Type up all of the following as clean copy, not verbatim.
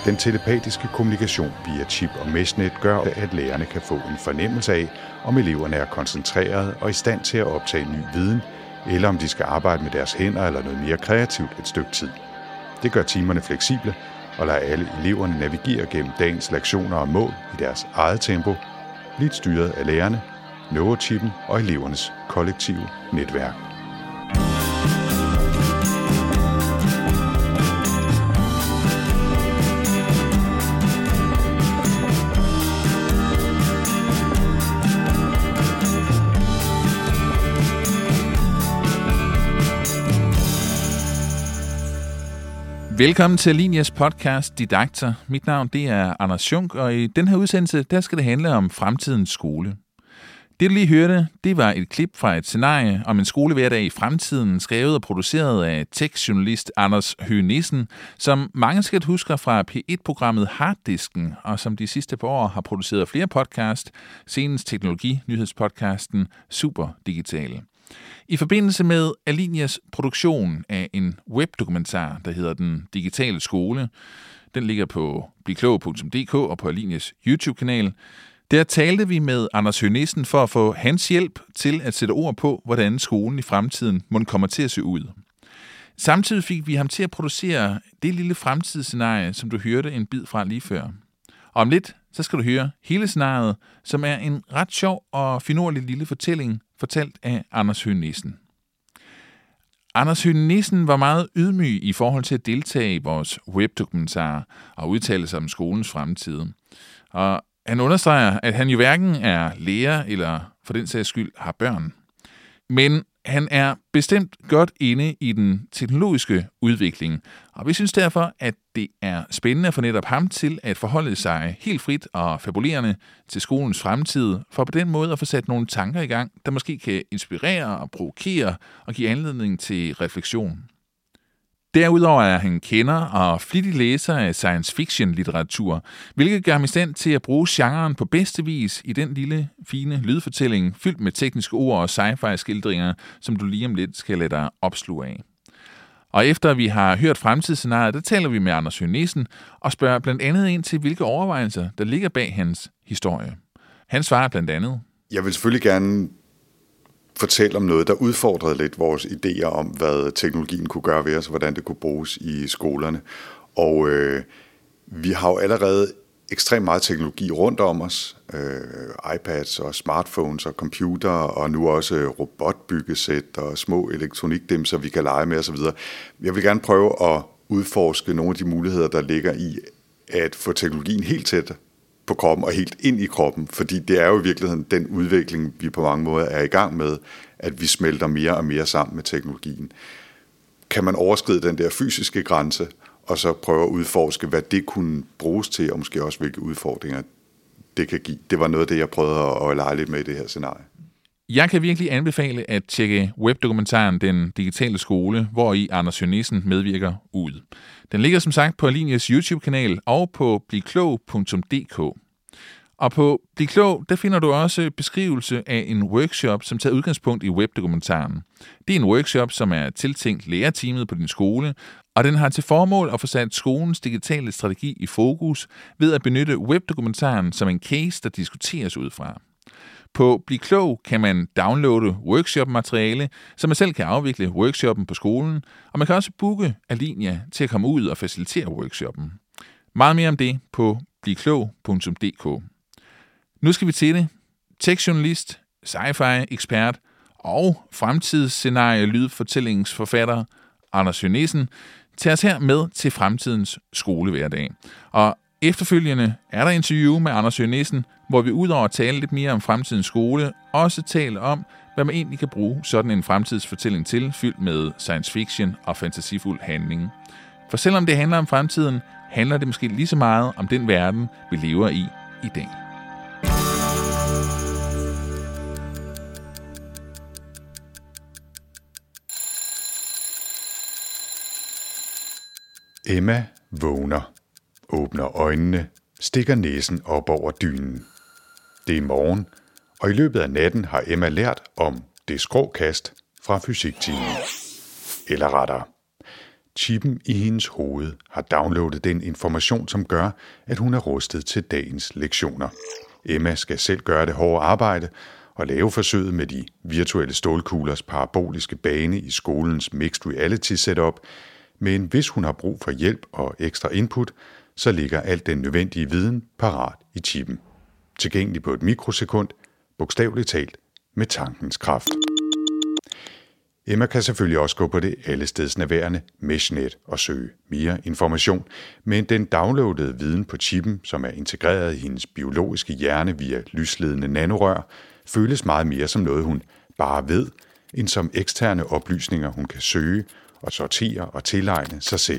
Den telepatiske kommunikation via chip og meshnet gør, at lærerne kan få en fornemmelse af, om eleverne er koncentrerede og i stand til at optage ny viden, eller om de skal arbejde med deres hænder eller noget mere kreativt et stykke tid. Det gør timerne fleksible og lader alle eleverne navigere gennem dagens lektioner og mål i deres eget tempo, lidt styret af lærerne, neurochippen og elevernes kollektive netværk. Velkommen til Alinias podcast Didakter. Mit navn det er Anders Schunk, og i den her udsendelse der skal det handle om fremtidens skole. Det du lige hørte, det var et klip fra et scenarie om en skolehverdag i fremtiden, skrevet og produceret af tech-journalist Anders Høgh Nissen, som mange skal huske fra P1-programmet Harddisken, og som de sidste par år har produceret flere podcast, senest teknologi-nyhedspodcasten Super Digital. I forbindelse med Alinias produktion af en webdokumentar, der hedder Den Digitale Skole, den ligger på bliklog.dk og på Alinias YouTube-kanal, der talte vi med Anders Høgh Nissen for at få hans hjælp til at sætte ord på, hvordan skolen i fremtiden må komme til at se ud. Samtidig fik vi ham til at producere det lille fremtidsscenarie, som du hørte en bid fra lige før. Og om lidt, så skal du høre hele scenariet, som er en ret sjov og finurlig lille fortælling, fortalt af Anders Høgh Nissen. Anders Høgh Nissen var meget ydmyg i forhold til at deltage i vores webdokumentar og udtale sig om skolens fremtid. Og han understreger, at han jo hverken er lærer eller for den sags skyld har børn. Men han er bestemt godt inde i den teknologiske udvikling, og vi synes derfor, at det er spændende for netop ham til at forholde sig helt frit og fabulerende til skolens fremtid, for på den måde at få sat nogle tanker i gang, der måske kan inspirere og provokere og give anledning til refleksion. Derudover er han kender og flittig læser af science fiction litteratur, hvilket gør ham i stand til at bruge genren på bedste vis i den lille, fine lydfortælling, fyldt med tekniske ord og sci-fi skildringer, som du lige om lidt skal lade dig opsluge af. Og efter vi har hørt fremtidsscenariet, der taler vi med Anders Høgh Nissen og spørger blandt andet ind til, hvilke overvejelser der ligger bag hans historie. Han svarer blandt andet: Jeg vil selvfølgelig gerne fortælle om noget, der udfordrede lidt vores idéer om, hvad teknologien kunne gøre ved os, og hvordan det kunne bruges i skolerne. Og vi har jo allerede ekstremt meget teknologi rundt om os. iPads og smartphones og computer, og nu også robotbyggesæt og små elektronikdimser, vi kan lege med osv. Jeg vil gerne prøve at udforske nogle af de muligheder, der ligger i at få teknologien helt tæt på kroppen og helt ind i kroppen, fordi det er jo i virkeligheden den udvikling, vi på mange måder er i gang med, at vi smelter mere og mere sammen med teknologien. Kan man overskride den der fysiske grænse, og så prøve at udforske, hvad det kunne bruges til, og måske også hvilke udfordringer det kan give. Det var noget af det, jeg prøvede at lege lidt med i det her scenarie. Jeg kan virkelig anbefale at tjekke webdokumentaren Den Digitale Skole, hvor i Anders Høgh Nissen medvirker ud. Den ligger som sagt på Alinias YouTube-kanal og på bliklog.dk. Og på Bliklog, der finder du også beskrivelse af en workshop, som tager udgangspunkt i webdokumentaren. Det er en workshop, som er tiltænkt lærerteamet på din skole, og den har til formål at få sat skolens digitale strategi i fokus ved at benytte webdokumentaren som en case, der diskuteres ud fra. På Bliv Klog kan man downloade workshop-materiale, så man selv kan afvikle workshoppen på skolen, og man kan også booke Alinia til at komme ud og facilitere workshoppen. Meget mere om det på blivklog.dk. Nu skal vi til det. Tech-journalist, sci-fi-ekspert og fremtidsscenarie-lydfortællingsforfatter Anders Høgh Nissen tager os her med til fremtidens skolehverdag. Og efterfølgende er der interview med Anders Høgh Nissen, hvor vi udover at tale lidt mere om fremtidens skole, også taler om, hvad man egentlig kan bruge sådan en fremtidsfortælling til, fyldt med science fiction og fantasifuld handling. For selvom det handler om fremtiden, handler det måske lige så meget om den verden, vi lever i dag. Emma vågner, åbner øjnene, stikker næsen op over dynen. Det er morgen, og i løbet af natten har Emma lært om det skråkast fra fysiktimen. Eller rettere, Chippen i hendes hoved har downloadet den information, som gør, at hun er rustet til dagens lektioner. Emma skal selv gøre det hårde arbejde og lave forsøget med de virtuelle stålkuglers paraboliske bane i skolens mixed reality setup, men hvis hun har brug for hjælp og ekstra input, så ligger alt den nødvendige viden parat i chippen. Tilgængelig på et mikrosekund, bogstaveligt talt med tankens kraft. Emma kan selvfølgelig også gå på det allestedsnærværende Meshnet og søge mere information, men den downloadede viden på chippen, som er integreret i hendes biologiske hjerne via lysledende nanorør, føles meget mere som noget, hun bare ved, end som eksterne oplysninger, hun kan søge og sortere og tilegne sig selv.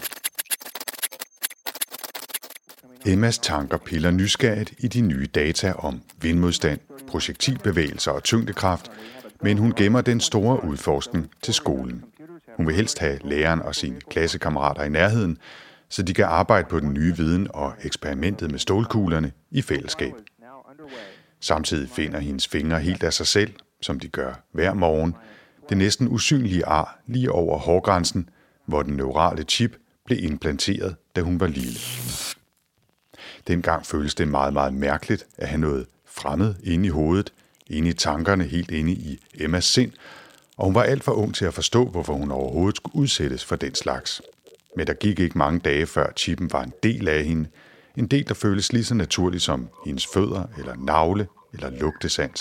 Emmas tanker piller nysgerrigt i de nye data om vindmodstand, projektilbevægelser og tyngdekraft, men hun gemmer den store udforskning til skolen. Hun vil helst have læreren og sine klassekammerater i nærheden, så de kan arbejde på den nye viden og eksperimentet med stålkuglerne i fællesskab. Samtidig finder hendes fingre helt af sig selv, som de gør hver morgen, det næsten usynlige ar lige over hårgrænsen, hvor den neurale chip blev implanteret, da hun var lille. Dengang føles det meget, meget mærkeligt at have noget fremmed inde i hovedet, inde i tankerne, helt inde i Emmas sind, og hun var alt for ung til at forstå, hvorfor hun overhovedet skulle udsættes for den slags. Men der gik ikke mange dage, før chippen var en del af hende, en del, der føles lige så naturligt som hendes fødder, eller navle, eller lugtesans.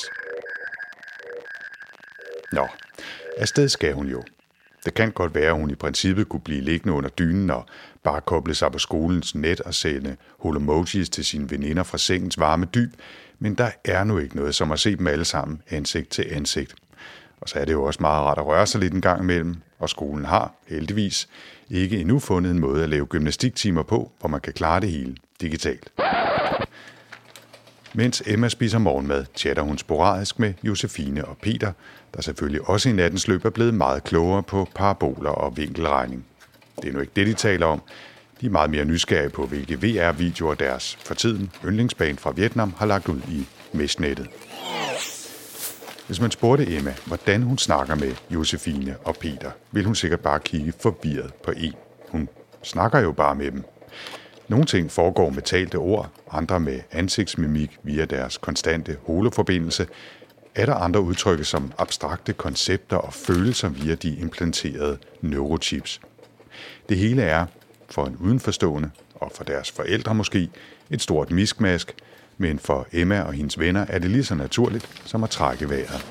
Nå, afsted skal hun jo. Det kan godt være, at hun i princippet kunne blive liggende under dynen og bare koble sig på skolens net og sende holomojis til sine veninder fra sengens varme dyb, men der er nu ikke noget som at se dem alle sammen ansigt til ansigt. Og så er det jo også meget rart at røre sig lidt en gang imellem, og skolen har, heldigvis, ikke endnu fundet en måde at lave gymnastiktimer på, hvor man kan klare det hele digitalt. Mens Emma spiser morgenmad, chatter hun sporadisk med Josefine og Peter, der selvfølgelig også i nattens løb er blevet meget klogere på paraboler og vinkelregning. Det er nu ikke det, de taler om. De er meget mere nysgerrige på, hvilke VR-videoer deres for tiden yndlingsband fra Vietnam har lagt ud i meshnettet. Hvis man spurgte Emma, hvordan hun snakker med Josefine og Peter, vil hun sikkert bare kigge forvirret på en. Hun snakker jo bare med dem. Nogle ting foregår med talte ord, andre med ansigtsmimik via deres konstante holoforbindelse. Er der andre udtrykke som abstrakte koncepter og følelser via de implanterede neurochips. Det hele er, for en udenforstående, og for deres forældre måske, et stort miskmask, men for Emma og hendes venner er det lige så naturligt som at trække vejret.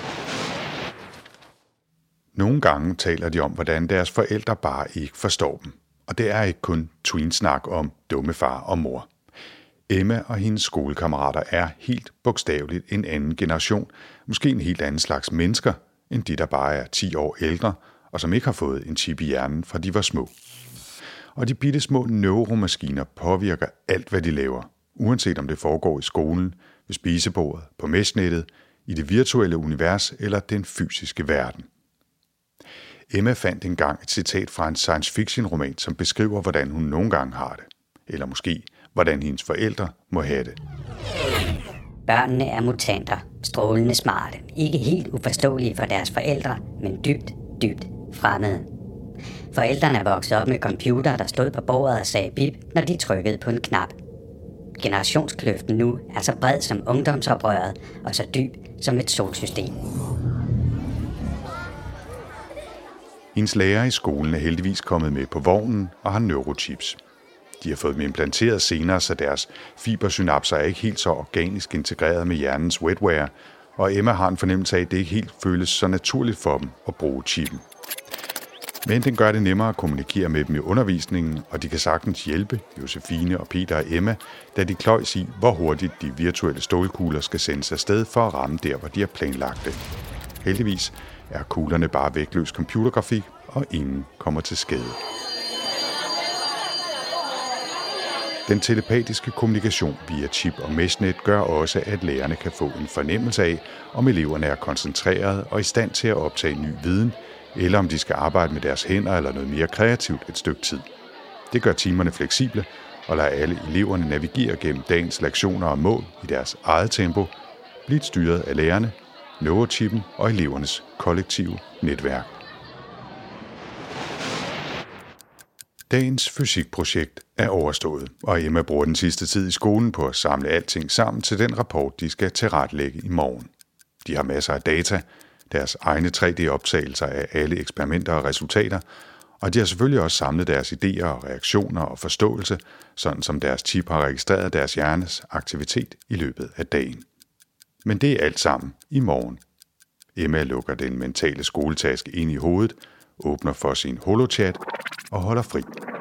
Nogle gange taler de om, hvordan deres forældre bare ikke forstår dem. Og det er ikke kun tweensnak om dumme far og mor. Emma og hendes skolekammerater er helt bogstaveligt en anden generation, måske en helt anden slags mennesker, end de, der bare er 10 år ældre, og som ikke har fået en chip i hjernen, fra de var små. Og de bitte små neuromaskiner påvirker alt, hvad de laver, uanset om det foregår i skolen, ved spisebordet, på meshnettet, i det virtuelle univers eller den fysiske verden. Emma fandt engang et citat fra en science fiction roman, som beskriver, hvordan hun nogle gange har det. Eller måske, hvordan hendes forældre må have det. Børnene er mutanter, strålende smarte, ikke helt uforståelige for deres forældre, men dybt, dybt fremmede. Forældrene er vokset op med computer, der stod på bordet og sagde bip, når de trykkede på en knap. Generationskløften nu er så bred som ungdomsoprøret og så dyb som et solsystem. Hendes lærer i skolen er heldigvis kommet med på vognen og har neurochips. De har fået dem implanteret senere, så deres fibersynapser er ikke helt så organisk integreret med hjernens wetware, og Emma har en fornemmelse af, at det ikke helt føles så naturligt for dem at bruge chippen. Men den gør det nemmere at kommunikere med dem i undervisningen, og de kan sagtens hjælpe Josefine og Peter og Emma, da de kløjs i, hvor hurtigt de virtuelle stålkugler skal sendes afsted for at ramme der, hvor de har planlagt det. Heldigvis er kuglerne bare vægtløs computergrafik, og ingen kommer til skade. Den telepatiske kommunikation via chip og meshnet gør også, at lærerne kan få en fornemmelse af, om eleverne er koncentrerede og i stand til at optage ny viden, eller om de skal arbejde med deres hænder eller noget mere kreativt et stykke tid. Det gør timerne fleksible og lader alle eleverne navigere gennem dagens lektioner og mål i deres eget tempo, blive styret af lærerne, neurochippen og elevernes kollektive netværk. Dagens fysikprojekt er overstået, og Emma bruger den sidste tid i skolen på at samle alting sammen til den rapport, de skal tilrettelægge i morgen. De har masser af data, deres egne 3D-optagelser af alle eksperimenter og resultater, og de har selvfølgelig også samlet deres idéer og reaktioner og forståelse, sådan som deres chip har registreret deres hjernes aktivitet i løbet af dagen. Men det er alt sammen i morgen. Emma lukker den mentale skoletaske ind i hovedet, åbner for sin holochat og holder fri.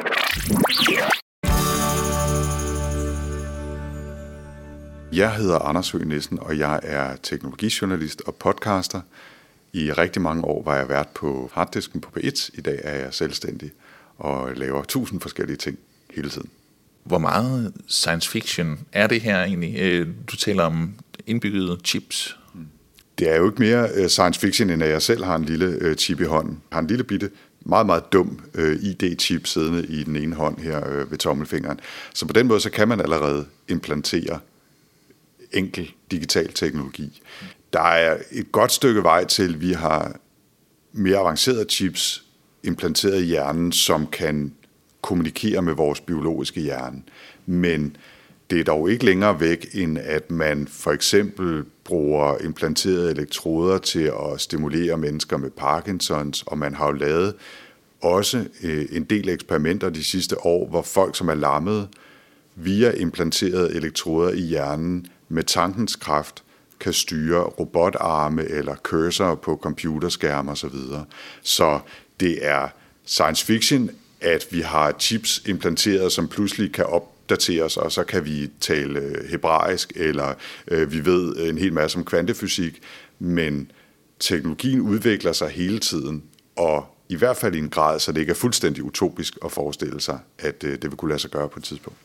Jeg hedder Anders Høgh Nissen, og jeg er teknologijournalist og podcaster. I rigtig mange år var jeg vært på Harddisken på P1. I dag er jeg selvstændig og laver 1000 forskellige ting hele tiden. Hvor meget science fiction er det her egentlig? Du taler om indbyggede chips. Det er jo ikke mere science fiction, end at jeg selv har en lille chip i hånden. Jeg har en lille bitte, meget, meget dum ID-chip siddende i den ene hånd her ved tommelfingeren. Så på den måde, så kan man allerede implantere enkel digital teknologi. Der er et godt stykke vej til, vi har mere avancerede chips implanteret i hjernen, som kan kommunikere med vores biologiske hjerne. Men det er dog ikke længere væk, end at man for eksempel bruger implanterede elektroder til at stimulere mennesker med Parkinsons, og man har jo lavet også en del eksperimenter de sidste år, hvor folk, som er lammede, via implanterede elektroder i hjernen med tankens kraft, kan styre robotarme eller cursor på computerskærme osv. Så det er science fiction, at vi har chips implanteret, som pludselig kan opdateres, og så kan vi tale hebraisk, eller vi ved en hel masse om kvantefysik, men teknologien udvikler sig hele tiden, og i hvert fald i en grad, så det ikke er fuldstændig utopisk at forestille sig, at det vil kunne lade sig gøre på et tidspunkt.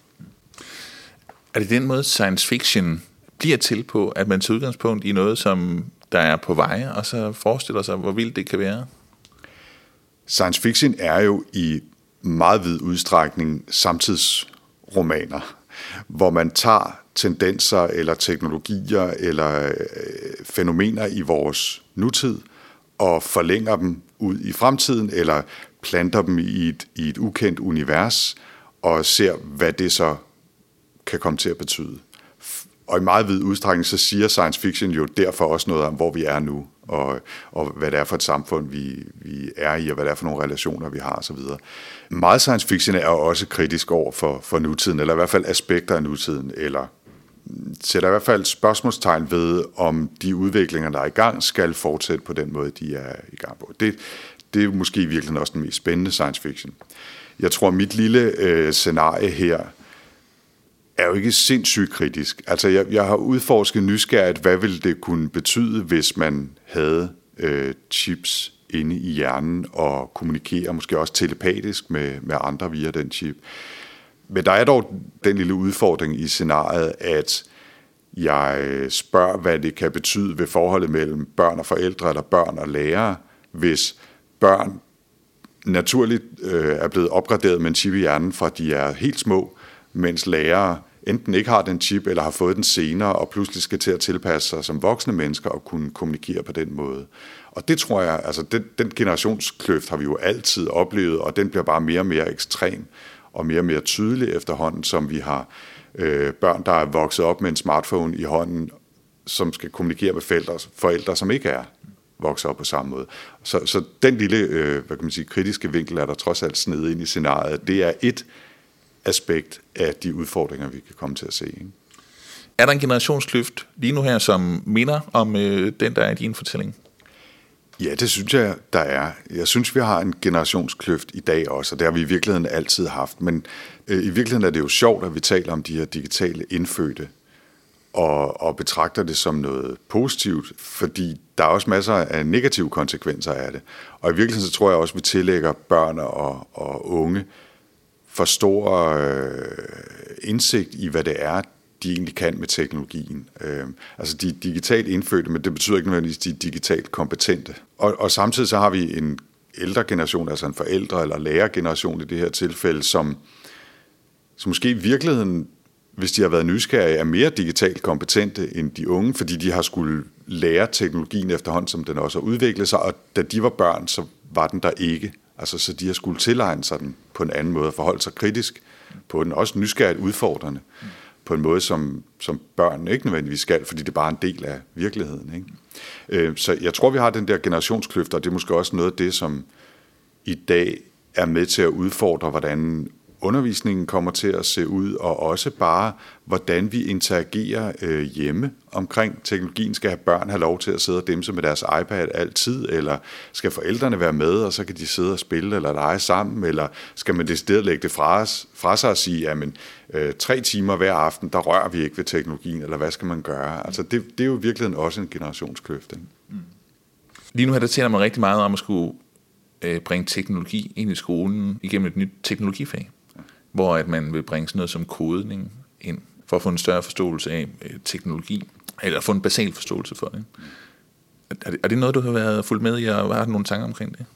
Er det den måde, science fiction bliver til på, at man tager udgangspunkt i noget, som der er på vej, og så forestiller sig, hvor vildt det kan være? Science fiction er jo i meget vid udstrækning samtidsromaner, hvor man tager tendenser eller teknologier eller fænomener i vores nutid og forlænger dem ud i fremtiden eller planter dem i et ukendt univers og ser, hvad det så kan komme til at betyde. Og i meget vid udstrækning, så siger science fiction jo derfor også noget om, hvor vi er nu, og hvad det er for et samfund, vi er i, og hvad det er for nogle relationer, vi har osv. Meget science fiction er også kritisk over for nutiden, eller i hvert fald aspekter af nutiden, eller sætter i hvert fald spørgsmålstegn ved, om de udviklinger, der er i gang, skal fortsætte på den måde, de er i gang på. Det er måske i virkeligheden også den mest spændende science fiction. Jeg tror, mit lille scenarie her er jo ikke sindssygt kritisk. Altså, jeg har udforsket nysgerrigt, hvad ville det kunne betyde, hvis man havde chips inde i hjernen og kommunikerer måske også telepatisk med andre via den chip. Men der er dog den lille udfordring i scenariet, at jeg spørger, hvad det kan betyde ved forholdet mellem børn og forældre eller børn og lærere, hvis børn naturligt er blevet opgraderet med en chip i hjernen, fra de er helt små, mens lærere enten ikke har den chip, eller har fået den senere, og pludselig skal til at tilpasse sig som voksne mennesker og kunne kommunikere på den måde. Og det tror jeg, altså den generationskløft har vi jo altid oplevet, og den bliver bare mere og mere ekstrem og mere tydelig efterhånden, som vi har børn, der er vokset op med en smartphone i hånden, som skal kommunikere med forældre, som ikke er vokset op på samme måde. Så den lille, kritiske vinkel er der trods alt snedet ind i scenariet. Det er et aspekt af de udfordringer, vi kan komme til at se. Ikke? Er der en generationskløft lige nu her, som minder om den, der er i din fortælling? Ja, det synes jeg, der er. Jeg synes, vi har en generationskløft i dag også, og det har vi i virkeligheden altid haft. Men i virkeligheden er det jo sjovt, at vi taler om de her digitale indfødte, og betragter det som noget positivt, fordi der er også masser af negative konsekvenser af det. Og i virkeligheden så tror jeg også, at vi tillægger børn og unge for stor indsigt i, hvad det er, de egentlig kan med teknologien. Altså de er digitalt indfødte, men det betyder ikke nødvendigvis, de er digitalt kompetente. Og samtidig så har vi en ældre generation, altså en forældre- eller lærergeneration i det her tilfælde, som måske i virkeligheden, hvis de har været nysgerrige, er mere digitalt kompetente end de unge, fordi de har skulle lære teknologien efterhånden, som den også har udviklet sig, og da de var børn, så var den der ikke. Altså, så de har skulle tilegne sig den på en anden måde, og forholde sig kritisk på den, også nysgerrigt udfordrende, på en måde, som børn ikke nødvendigvis skal, fordi det er bare en del af virkeligheden. Ikke? Så jeg tror, vi har den der generationskløft, og det er måske også noget af det, som i dag er med til at udfordre, hvordan undervisningen kommer til at se ud, og også bare, hvordan vi interagerer hjemme omkring teknologien. Skal have børn have lov til at sidde og dimse med deres iPad altid, eller skal forældrene være med, og så kan de sidde og spille eller lege sammen, eller skal man decideret lægge det fra sig og sige, jamen 3 timer hver aften, der rører vi ikke ved teknologien, eller hvad skal man gøre? Altså det er jo i virkeligheden også en generationskløft. Lige nu har det talt mig rigtig meget om at skulle bringe teknologi ind i skolen igennem et nyt teknologifag, hvor at man vil bringe sådan noget som kodning ind, for at få en større forståelse af teknologi, eller få en basal forståelse for det. Er det noget, du har været fuldt med i, og har du nogle tanker omkring det?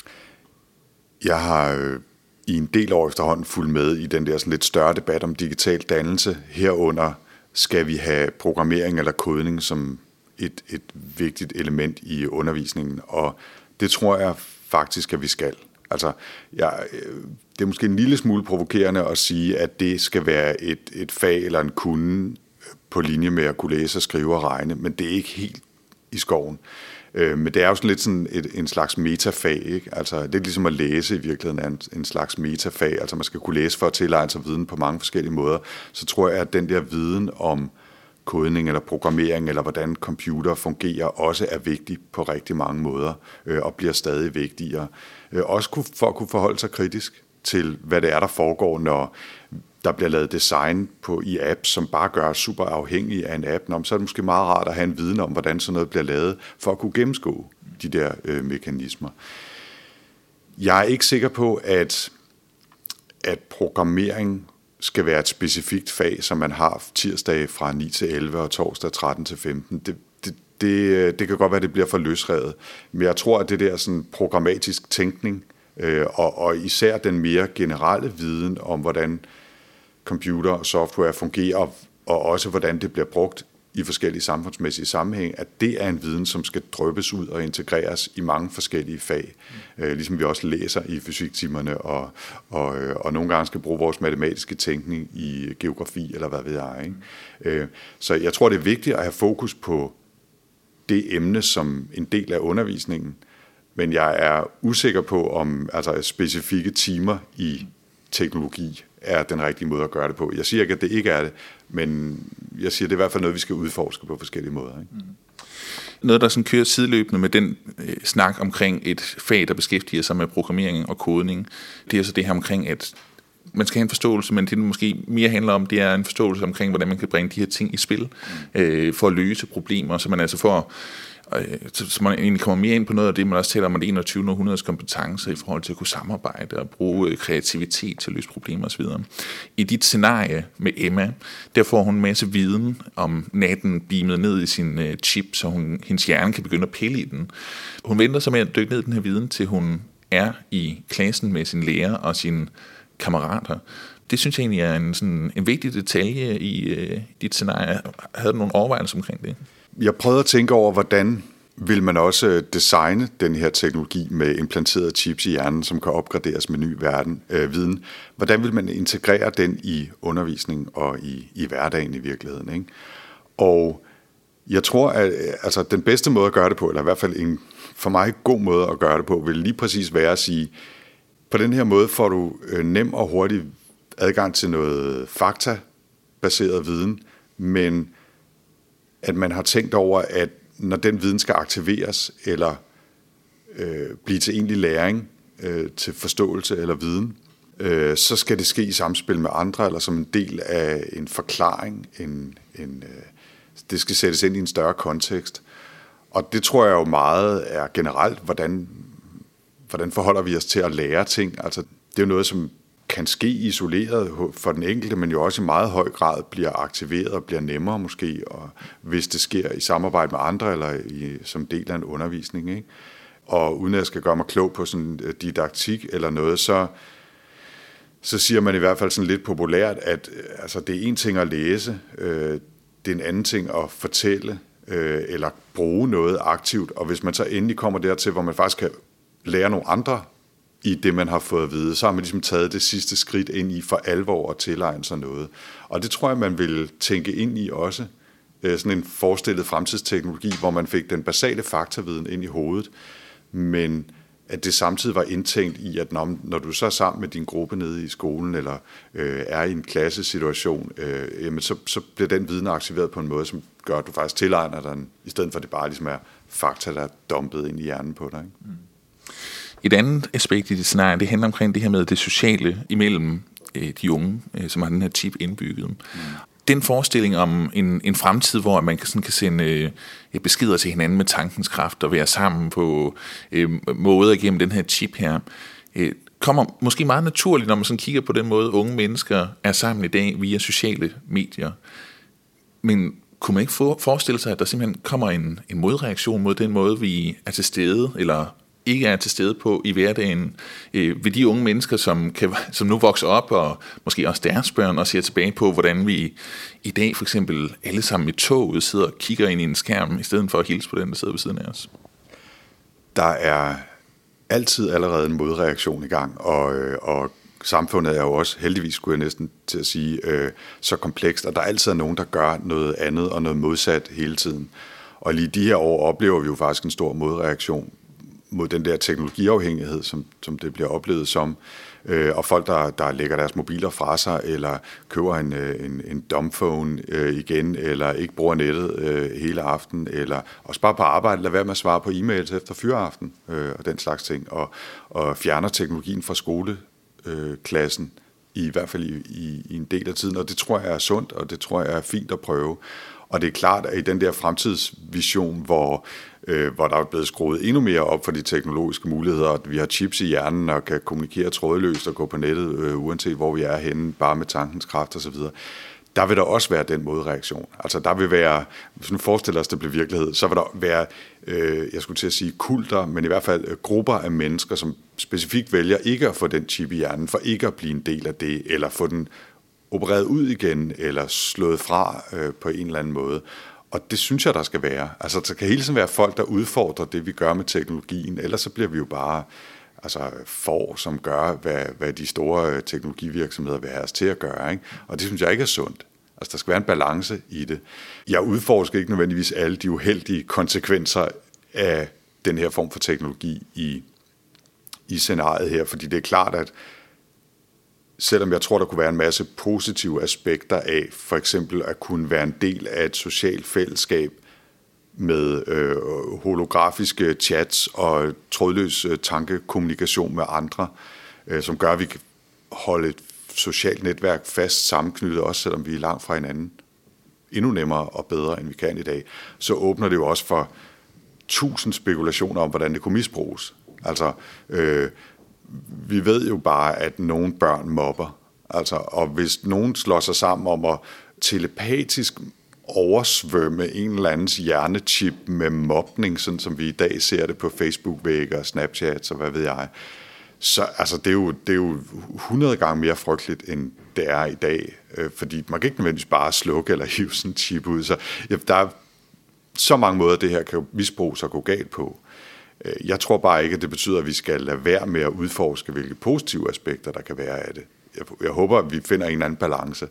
Jeg har i en del år efterhånden fulgt med i den der sådan lidt større debat om digital dannelse. Herunder skal vi have programmering eller kodning som et vigtigt element i undervisningen, og det tror jeg faktisk, at vi skal. Altså, det er måske en lille smule provokerende at sige, at det skal være et fag eller en kunde på linje med at kunne læse, skrive og regne, men det er ikke helt i skoven. Men det er jo sådan lidt sådan en slags metafag, ikke? Altså, det er ligesom at læse i virkeligheden er en slags metafag. Altså, man skal kunne læse for at tilegne sig viden på mange forskellige måder. Så tror jeg, at den der viden om kodning eller programmering, eller hvordan computer fungerer, også er vigtig på rigtig mange måder, og bliver stadig vigtigere. Også for at kunne forholde sig kritisk til, hvad det er, der foregår, når der bliver lavet design i apps, som bare gør super afhængig af en app. Så er det måske meget rart at have en viden om, hvordan sådan noget bliver lavet, for at kunne gennemskue de der mekanismer. Jeg er ikke sikker på, at programmering skal være et specifikt fag, som man har tirsdag fra 9 til 11 og torsdag 13 til 15. Det kan godt være, at det bliver for løsrevet. Men jeg tror, at det der sådan programmatisk tænkning, og især den mere generelle viden om, hvordan computer og software fungerer, og også hvordan det bliver brugt i forskellige samfundsmæssige sammenhæng, at det er en viden, som skal dryppes ud og integreres i mange forskellige fag. Ligesom vi også læser i fysiktimerne, og nogle gange skal bruge vores matematiske tænkning i geografi, eller hvad ved jeg. Ikke? Så jeg tror, det er vigtigt at have fokus på det emne som en del af undervisningen, men jeg er usikker på, om specifikke timer i teknologi er den rigtige måde at gøre det på. Jeg siger ikke, at det ikke er det, men jeg siger, at det er i hvert fald noget, vi skal udforske på forskellige måder. Ikke? Noget, der sådan kører sideløbende med den snak omkring et fag, der beskæftiger sig med programmering og kodning, det er så det her omkring, at man skal have en forståelse, men det måske mere handler om, det er en forståelse omkring, hvordan man kan bringe de her ting i spil, for at løse problemer, så man altså får så man egentlig kommer mere ind på noget af det, man også taler om, at 21. århundredes kompetence i forhold til at kunne samarbejde og bruge kreativitet til at løse problemer osv. I dit scenarie med Emma, der får hun en masse viden om natten beamet ned i sin chip, så hendes hjerne kan begynde at pille i den. Hun venter så med at dykke ned i den her viden, til hun er i klassen med sin lærer og sine kammerater. Det synes jeg egentlig er en vigtig detalje i dit scenarie. Havde du nogle overvejelser omkring det? Jeg prøvede at tænke over, hvordan vil man også designe den her teknologi med implanterede chips i hjernen, som kan opgraderes med ny viden. Hvordan vil man integrere den i undervisning og i hverdagen i virkeligheden? Ikke? Og jeg tror, at den bedste måde at gøre det på, eller i hvert fald en for mig god måde at gøre det på, vil lige præcis være at sige, på den her måde får du nem og hurtig adgang til noget faktabaseret viden, men at man har tænkt over, at når den viden skal aktiveres eller blive til egentlig læring, til forståelse eller viden, så skal det ske i samspil med andre, eller som en del af en forklaring. Det skal sættes ind i en større kontekst. Og det tror jeg jo meget er generelt, hvordan forholder vi os til at lære ting. Altså, det er jo noget, som kan ske isoleret for den enkelte, men jo også i meget høj grad bliver aktiveret og bliver nemmere måske, og hvis det sker i samarbejde med andre eller som del af en undervisning. Ikke? Og uden at jeg skal gøre mig klog på sådan didaktik eller noget, så siger man i hvert fald sådan lidt populært, at det er en ting at læse, det er en anden ting at fortælle eller bruge noget aktivt, og hvis man så endelig kommer dertil, hvor man faktisk kan lære nogle andre i det, man har fået at vide. Så har man ligesom taget det sidste skridt ind i for alvor at tilegne sig noget. Og det tror jeg, man vil tænke ind i også. Sådan en forestillet fremtidsteknologi, hvor man fik den basale faktaviden ind i hovedet, men at det samtidig var indtænkt i, at når du så er sammen med din gruppe nede i skolen, eller er i en klassesituation, jamen så bliver den viden aktiveret på en måde, som gør, at du faktisk tilegner dig den, i stedet for at det bare ligesom er fakta, der er dumpet ind i hjernen på dig. Ikke? Et andet aspekt i det scenarie, det handler omkring det her med det sociale imellem de unge, som har den her chip indbygget. Den forestilling om en fremtid, hvor man kan sende beskeder til hinanden med tankens kraft og være sammen på måder gennem den her chip her, kommer måske meget naturligt, når man sådan kigger på den måde, unge mennesker er sammen i dag via sociale medier. Men kunne man ikke forestille sig, at der simpelthen kommer en modreaktion mod den måde, vi er til stede, eller ikke er til stede på i hverdagen, ved de unge mennesker, som nu vokser op, og måske også deres børn, og ser tilbage på, hvordan vi i dag for eksempel alle sammen i toget sidder og kigger ind i en skærm, i stedet for at hilse på den, der sidder ved siden af os. Der er altid allerede en modreaktion i gang, og samfundet er jo også, heldigvis skulle jeg næsten til at sige, så komplekst, og der altid er nogen, der gør noget andet og noget modsat hele tiden. Og lige de her år oplever vi jo faktisk en stor modreaktion mod den der teknologiafhængighed, som det bliver oplevet som, og folk, der lægger deres mobiler fra sig, eller køber en dumbphone igen, eller ikke bruger nettet hele aften, eller også bare på arbejde, lad være med at svare på e-mails efter fyreaften, og den slags ting, og fjerner teknologien fra skoleklassen, i hvert fald i en del af tiden, og det tror jeg er sundt, og det tror jeg er fint at prøve. Og det er klart, at i den der fremtidsvision, hvor der er blevet skruet endnu mere op for de teknologiske muligheder, at vi har chips i hjernen og kan kommunikere trådløst og gå på nettet, uanset hvor vi er henne, bare med tankens kraft osv., der vil der også være den modreaktion. Altså der vil være, hvis nu forestiller os, det bliver virkelighed, så vil der være, jeg skulle til at sige kulter, men i hvert fald grupper af mennesker, som specifikt vælger ikke at få den chip i hjernen, for ikke at blive en del af det, eller få den opereret ud igen, eller slået fra på en eller anden måde. Og det synes jeg, der skal være. Altså, der kan hele tiden være folk, der udfordrer det, vi gør med teknologien, ellers så bliver vi jo bare som gør, hvad de store teknologivirksomheder vil have os til at gøre. Ikke? Og det synes jeg ikke er sundt. Altså, der skal være en balance i det. Jeg udforsker ikke nødvendigvis alle de uheldige konsekvenser af den her form for teknologi i scenariet her, fordi det er klart, at selvom jeg tror, der kunne være en masse positive aspekter af, for eksempel at kunne være en del af et socialt fællesskab med holografiske chats og trådløs tankekommunikation med andre, som gør, at vi kan holde et socialt netværk fast sammenknyttet, også selvom vi er langt fra hinanden, endnu nemmere og bedre, end vi kan i dag, så åbner det jo også for 1000 spekulationer om, hvordan det kunne misbruges. Altså, vi ved jo bare, at nogle børn mobber. Altså, og hvis nogen slår sig sammen om at telepatisk oversvømme en eller andens hjernechip med mobning, sådan som vi i dag ser det på Facebook-vægge og Snapchat og hvad ved jeg, så altså, det er jo 100 gange mere frygteligt, end det er i dag. Fordi man kan ikke nødvendigvis bare slukke eller hive sådan en chip ud. Så der er så mange måder, det her kan misbruges og gå galt på. Jeg tror bare ikke, at det betyder, at vi skal lade være med at udforske, hvilke positive aspekter, der kan være af det. Jeg håber, at vi finder en eller anden balance.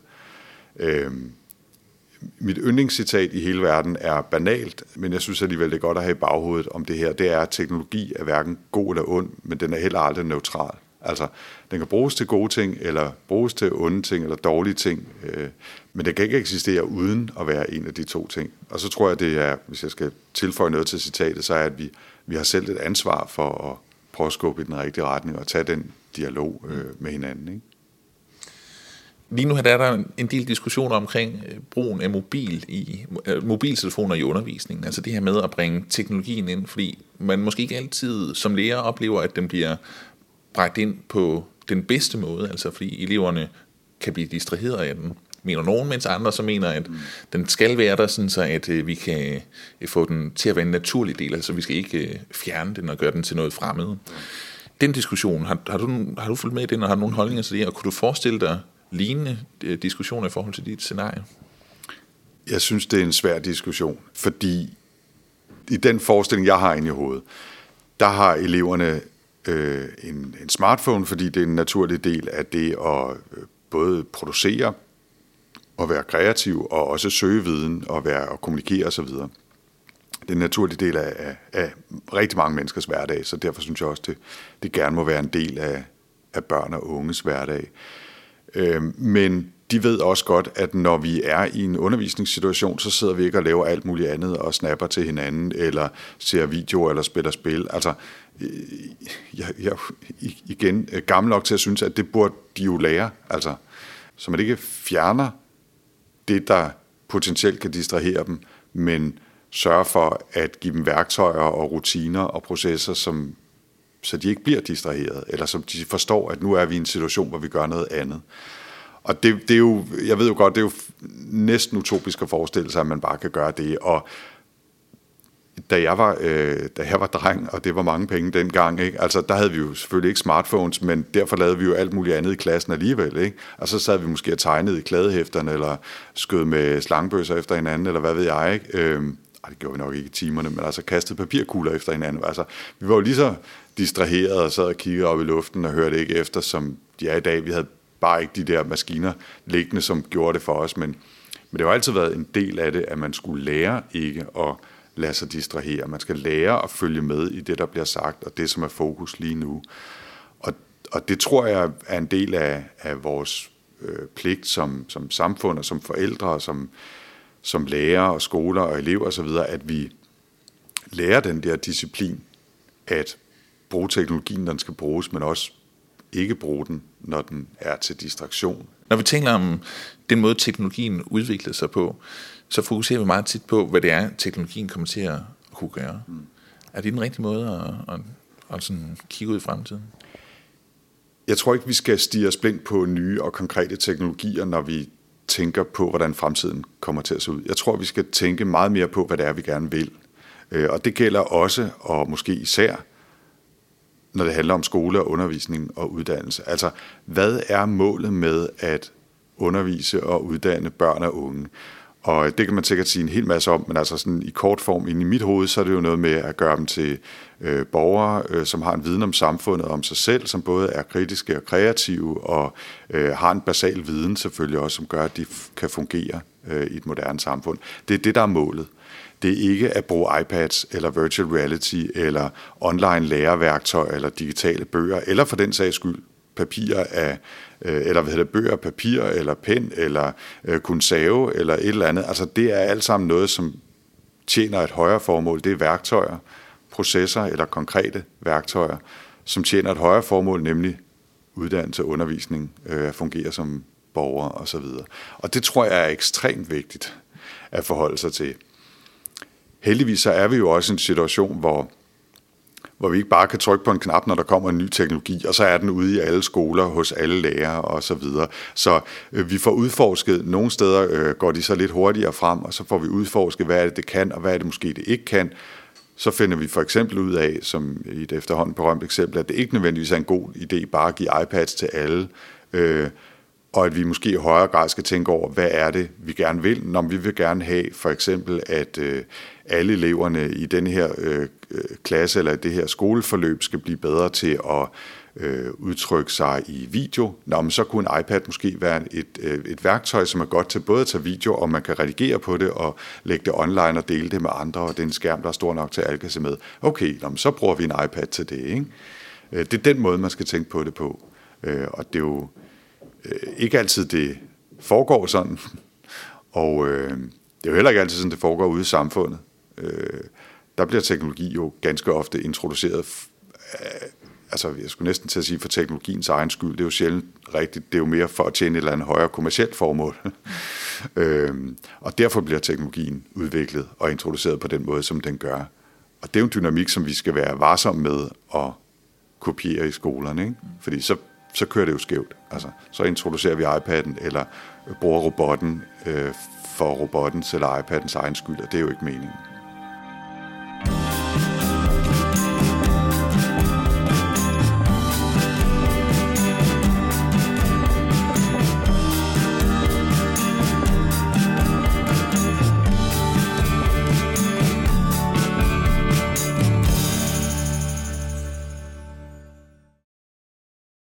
Mit yndlingscitat i hele verden er banalt, men jeg synes alligevel, det er godt at have i baghovedet om det her. Det er, at teknologi er hverken god eller ond, men den er heller aldrig neutral. Altså, den kan bruges til gode ting, eller bruges til onde ting, eller dårlige ting, men det kan ikke eksistere uden at være en af de to ting. Og så tror jeg, det er, hvis jeg skal tilføje noget til citatet, så er, at vi har selv et ansvar for at prøve at skubbe i den rigtige retning og tage den dialog med hinanden. Ikke? Lige nu er der en del diskussioner omkring brugen af mobiltelefoner i undervisningen. Altså det her med at bringe teknologien ind, fordi man måske ikke altid som lærer oplever, at den bliver bragt ind på den bedste måde, altså fordi eleverne kan blive distraheret af den, mener nogen, mens andre så mener, at den skal være der, sådan så at vi kan få den til at være en naturlig del, altså vi skal ikke fjerne den og gøre den til noget fremmed. Den diskussion, har du fulgt med i den, og har du nogle holdninger til det, og kunne du forestille dig lignende diskussioner i forhold til dit scenarie? Jeg synes, det er en svær diskussion, fordi i den forestilling, jeg har inde i hovedet, der har eleverne en smartphone, fordi det er en naturlig del af det at både producere og være kreativ, og også søge viden og kommunikere osv. Det er en naturlig del af rigtig mange menneskers hverdag, så derfor synes jeg også, det gerne må være en del af børn og unges hverdag. Men de ved også godt, at når vi er i en undervisningssituation, så sidder vi ikke og laver alt muligt andet og snapper til hinanden, eller ser videoer eller spiller spil. Altså, jeg igen gammel nok til at synes, at det burde de jo lære. Altså, så man ikke fjerner det, der potentielt kan distrahere dem, men sørger for at give dem værktøjer og rutiner og processer, så de ikke bliver distraheret, eller som de forstår, at nu er vi i en situation, hvor vi gør noget andet. Og det er jo, jeg ved jo godt, det er jo næsten utopisk at forestille sig, at man bare kan gøre det. Og da jeg var dreng, og det var mange penge dengang, ikke? Altså, der havde vi jo selvfølgelig ikke smartphones, men derfor lavede vi jo alt muligt andet i klassen alligevel, ikke? Og så sad vi måske og tegnede i kladehæfterne, eller skød med slangebøsser efter hinanden, eller hvad ved jeg, ikke? Det gjorde vi nok ikke i timerne, men altså kastede papirkugler efter hinanden. Altså, vi var jo lige så distraherede og sad og kiggede op i luften og hørte ikke efter, som de er i dag. Vi havde bare ikke de der maskiner liggende, som gjorde det for os, men det har jo altid været en del af det, at man skulle lære ikke at lade sig distrahere. Man skal lære at følge med i det, der bliver sagt, og det, som er fokus lige nu. Og det tror jeg er en del af vores pligt som samfund og som forældre og som lærere og skoler og elever osv., at vi lærer den der disciplin at bruge teknologien, når den skal bruges, men også ikke bruge den, når den er til distraktion. Når vi tænker om den måde, teknologien udvikler sig på, så fokuserer vi meget tit på, hvad det er, teknologien kommer til at kunne gøre. Er det den rigtige måde at sådan kigge ud i fremtiden? Jeg tror ikke, vi skal stirre os blind på nye og konkrete teknologier, når vi tænker på, hvordan fremtiden kommer til at se ud. Jeg tror, vi skal tænke meget mere på, hvad det er, vi gerne vil. Og det gælder også, og måske især, når det handler om skole og undervisning og uddannelse. Altså, hvad er målet med at undervise og uddanne børn og unge? Og det kan man sikkert sige en hel masse om, men altså sådan i kort form inde i mit hoved, så er det jo noget med at gøre dem til borgere, som har en viden om samfundet og om sig selv, som både er kritiske og kreative, og har en basal viden selvfølgelig også, som gør, at de kan fungere i et moderne samfund. Det er det, der er målet. Det er ikke at bruge iPads eller virtual reality eller online læreværktøj eller digitale bøger, eller for den sags skyld papirer af, eller bøger, papir eller pen eller kun save eller et eller andet. Altså det er alt sammen noget, som tjener et højere formål. Det er værktøjer, processer eller konkrete værktøjer, som tjener et højere formål, nemlig uddannelse og undervisning, at fungere som borgere osv. Og det tror jeg er ekstremt vigtigt at forholde sig til. Heldigvis så er vi jo også i en situation, hvor vi ikke bare kan trykke på en knap, når der kommer en ny teknologi, og så er den ude i alle skoler, hos alle lærere og så videre. Så vi får udforsket, nogle steder går de så lidt hurtigere frem, og så får vi udforsket, hvad er det kan, og hvad er det måske det ikke kan. Så finder vi for eksempel ud af, som i et efterhånden berømt eksempel, at det ikke nødvendigvis er en god idé bare at give iPads til alle, og at vi måske i højere grad skal tænke over, hvad er det, vi gerne vil. Når vi vil gerne have for eksempel, at alle eleverne i den her klasse eller det her skoleforløb skal blive bedre til at udtrykke sig i video. Men så kunne en iPad måske være et værktøj, som er godt til både at tage video, og man kan redigere på det og lægge det online og dele det med andre, og det er en skærm, der er stor nok til, at alle kan se med. Okay, så bruger vi en iPad til det, ikke? Det er den måde, man skal tænke på det på. Og det er jo ikke altid, det foregår sådan, og det er jo heller ikke altid sådan, det foregår ude i samfundet. Der bliver teknologi jo ganske ofte introduceret, altså jeg skulle næsten til at sige for teknologiens egen skyld, det er jo sjældent rigtigt, det er jo mere for at tjene et eller andet højere kommercielt formål. Og derfor bliver teknologien udviklet og introduceret på den måde, som den gør. Og det er jo en dynamik, som vi skal være varsomme med at kopiere i skolerne, ikke? Fordi så kører det jo skævt. Altså, så introducerer vi iPad'en, eller bruger robotten for robottens eller iPad'ens egen skyld, og det er jo ikke meningen.